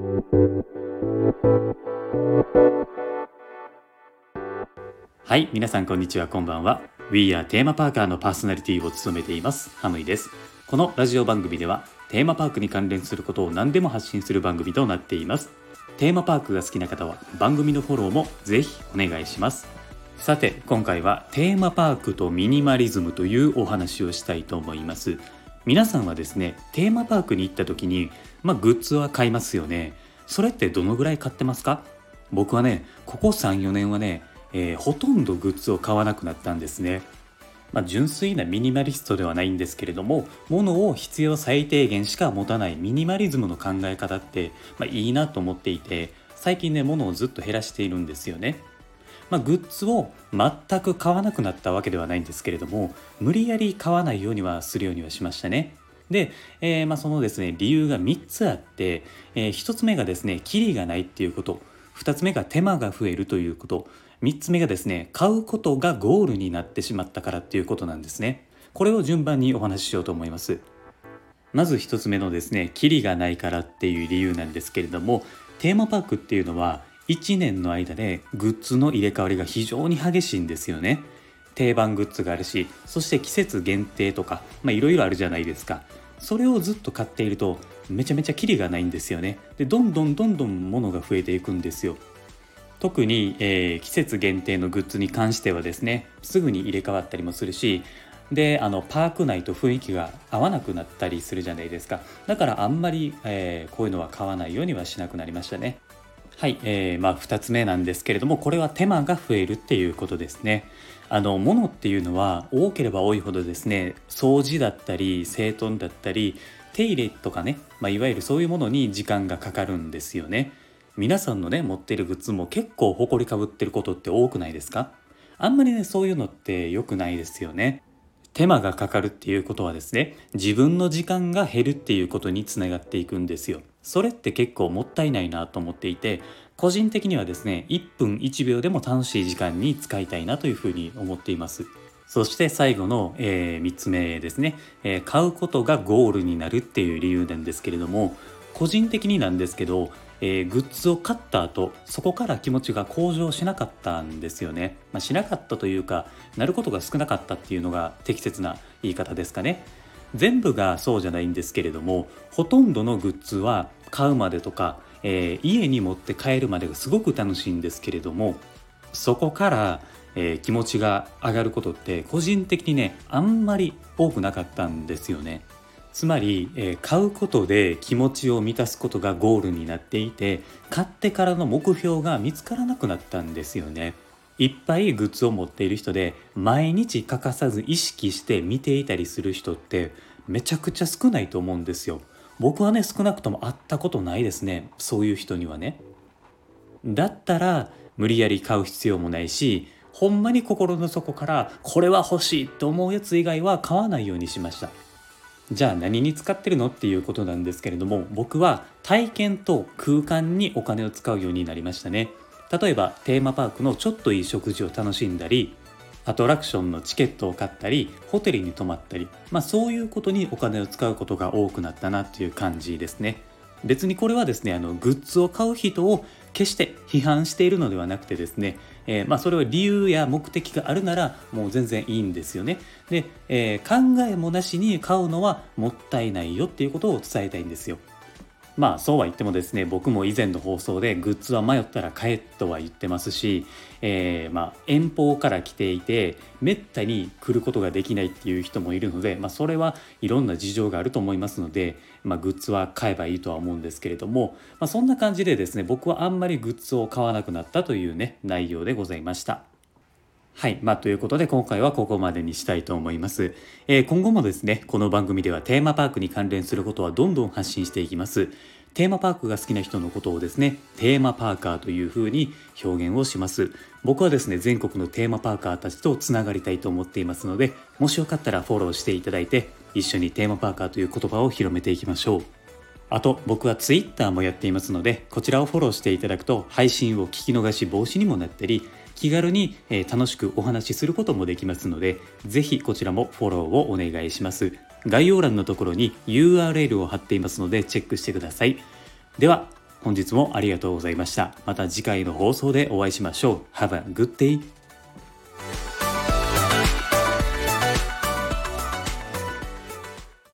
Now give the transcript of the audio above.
はい、皆さんこんにちは、こんばんは。 We are テーマパーカーのパーソナリティを務めていますハムイです。このラジオ番組ではテーマパークに関連することを何でも発信する番組となっています。テーマパークが好きな方は番組のフォローもぜひお願いします。さて、今回はテーマパークとミニマリズムというお話をしたいと思います。皆さんはですね、テーマパークに行った時にグッズは買いますよね。それってどのぐらい買ってますか？僕はね、ここ 3,4 年はね、ほとんどグッズを買わなくなったんですね。純粋なミニマリストではないんですけれども、物を必要最低限しか持たないミニマリズムの考え方って、いいなと思っていて、最近ね、物をずっと減らしているんですよね。グッズを全く買わなくなったわけではないんですけれども、無理やり買わないようにはするようにはしましたね。で、そのですね、理由が3つあって、1つ目がですね、キリがないっていうこと、2つ目が手間が増えるということ、3つ目がですね、買うことがゴールになってしまったからっていうことなんですね。これを順番にお話ししようと思います。まず1つ目のですね、キリがないからっていう理由なんですけれども、テーマパークっていうのは1年の間でグッズの入れ替わりが非常に激しいんですよね。定番グッズがあるし、そして季節限定とかいろいろあるじゃないですか。それをずっと買っているとめちゃめちゃキリがないんですよね。で、どんどん物が増えていくんですよ。特に、季節限定のグッズに関してはですね、すぐに入れ替わったりもするし、でパーク内と雰囲気が合わなくなったりするじゃないですか。だからあんまり、こういうのは買わないようにはしなくなりましたね。はい、2つ目なんですけれども、これは手間が増えるっていうことですね。物っていうのは多ければ多いほどですね、掃除だったり整頓だったり手入れとかね、いわゆるそういうものに時間がかかるんですよね。皆さんのね、持っているグッズも結構ほこりかぶってることって多くないですか？あんまりね、そういうのって良くないですよね。手間がかかるっていうことはですね、自分の時間が減るっていうことにつながっていくんですよ。それって結構もったいないなと思っていて、個人的にはですね、1分1秒でも楽しい時間に使いたいなというふうに思っています。そして最後の、3つ目ですね、買うことがゴールになるっていう理由なんですけれども、個人的になんですけど、グッズを買った後、そこから気持ちが向上しなかったんですよね。しなかったというか、なることが少なかったっていうのが適切な言い方ですかね。全部がそうじゃないんですけれども、ほとんどのグッズは買うまでとか、家に持って帰るまでがすごく楽しいんですけれども、そこから、気持ちが上がることって個人的にね、あんまり多くなかったんですよね。つまり、買うことで気持ちを満たすことがゴールになっていて、買ってからの目標が見つからなくなったんですよね。いっぱいグッズを持っている人で毎日欠かさず意識して見ていたりする人ってめちゃくちゃ少ないと思うんですよ。僕はね、少なくとも会ったことないですね、そういう人にはね。だったら無理やり買う必要もないし、ほんまに心の底からこれは欲しいと思うやつ以外は買わないようにしました。じゃあ何に使ってるのっていうことなんですけれども、僕は体験と空間にお金を使うようになりましたね。例えばテーマパークのちょっといい食事を楽しんだり、アトラクションのチケットを買ったり、ホテルに泊まったり、そういうことにお金を使うことが多くなったなっていう感じですね。別にこれはですね、グッズを買う人を決して批判しているのではなくてですね、それは理由や目的があるならもう全然いいんですよね。で、考えもなしに買うのはもったいないよっていうことを伝えたいんですよ。そうは言ってもですね、僕も以前の放送でグッズは迷ったら買えとは言ってますし、遠方から来ていてめったに来ることができないっていう人もいるので、それはいろんな事情があると思いますので、グッズは買えばいいとは思うんですけれども、そんな感じでですね、僕はあんまりグッズを買わなくなったというね、内容でございました。はい、ということで今回はここまでにしたいと思います。今後もですね、この番組ではテーマパークに関連することはどんどん発信していきます。テーマパークが好きな人のことをですね、テーマパーカーというふうに表現をします。僕はですね、全国のテーマパーカーたちとつながりたいと思っていますので、もしよかったらフォローしていただいて、一緒にテーマパーカーという言葉を広めていきましょう。あと、僕はツイッターもやっていますので、こちらをフォローしていただくと配信を聞き逃し防止にもなったり、気軽に楽しくお話しすることもできますので、ぜひこちらもフォローをお願いします。概要欄のところに URL を貼っていますのでチェックしてください。では本日もありがとうございました。また次回の放送でお会いしましょう。Have a good day!